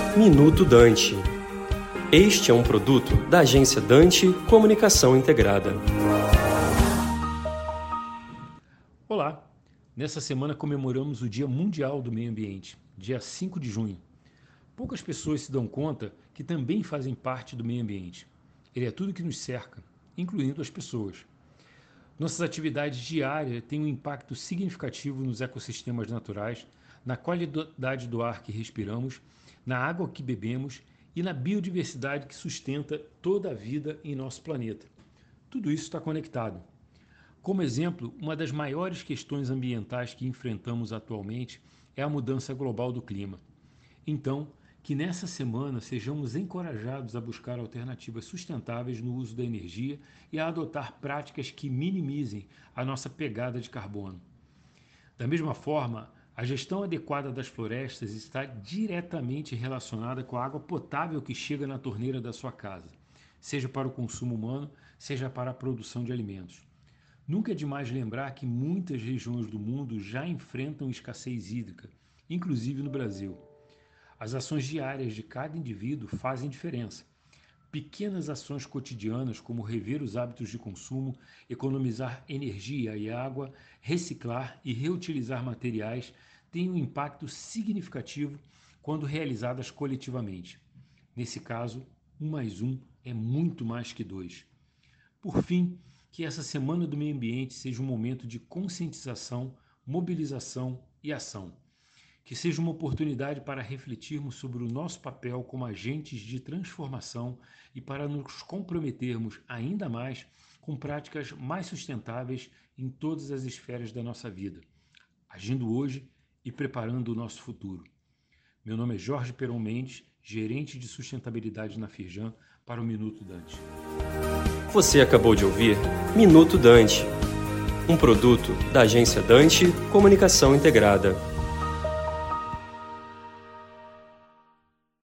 Minuto Dante. Este é um produto da agência Dante Comunicação Integrada. Olá! Nessa semana comemoramos o Dia Mundial do Meio Ambiente, dia 5 de junho. Poucas pessoas se dão conta que também fazem parte do meio ambiente. Ele é tudo que nos cerca, incluindo as pessoas. Nossas atividades diárias têm um impacto significativo nos ecossistemas naturais, na qualidade do ar que respiramos, na água que bebemos e na biodiversidade que sustenta toda a vida em nosso planeta. Tudo isso está conectado. Como exemplo, uma das maiores questões ambientais que enfrentamos atualmente é a mudança global do clima. Então, que nessa semana sejamos encorajados a buscar alternativas sustentáveis no uso da energia e a adotar práticas que minimizem a nossa pegada de carbono. Da mesma forma, a gestão adequada das florestas está diretamente relacionada com a água potável que chega na torneira da sua casa, seja para o consumo humano, seja para a produção de alimentos. Nunca é demais lembrar que muitas regiões do mundo já enfrentam escassez hídrica, inclusive no Brasil. As ações diárias de cada indivíduo fazem diferença. Pequenas ações cotidianas, como rever os hábitos de consumo, economizar energia e água, reciclar e reutilizar materiais, têm um impacto significativo quando realizadas coletivamente. Nesse caso, 1 mais 1 é muito mais que 2. Por fim, que essa Semana do Meio Ambiente seja um momento de conscientização, mobilização e ação. Que seja uma oportunidade para refletirmos sobre o nosso papel como agentes de transformação e para nos comprometermos ainda mais com práticas mais sustentáveis em todas as esferas da nossa vida, agindo hoje e preparando o nosso futuro. Meu nome é Jorge Peron Mendes, gerente de sustentabilidade na Firjan, para o Minuto Dante. Você acabou de ouvir Minuto Dante, um produto da agência Dante Comunicação Integrada.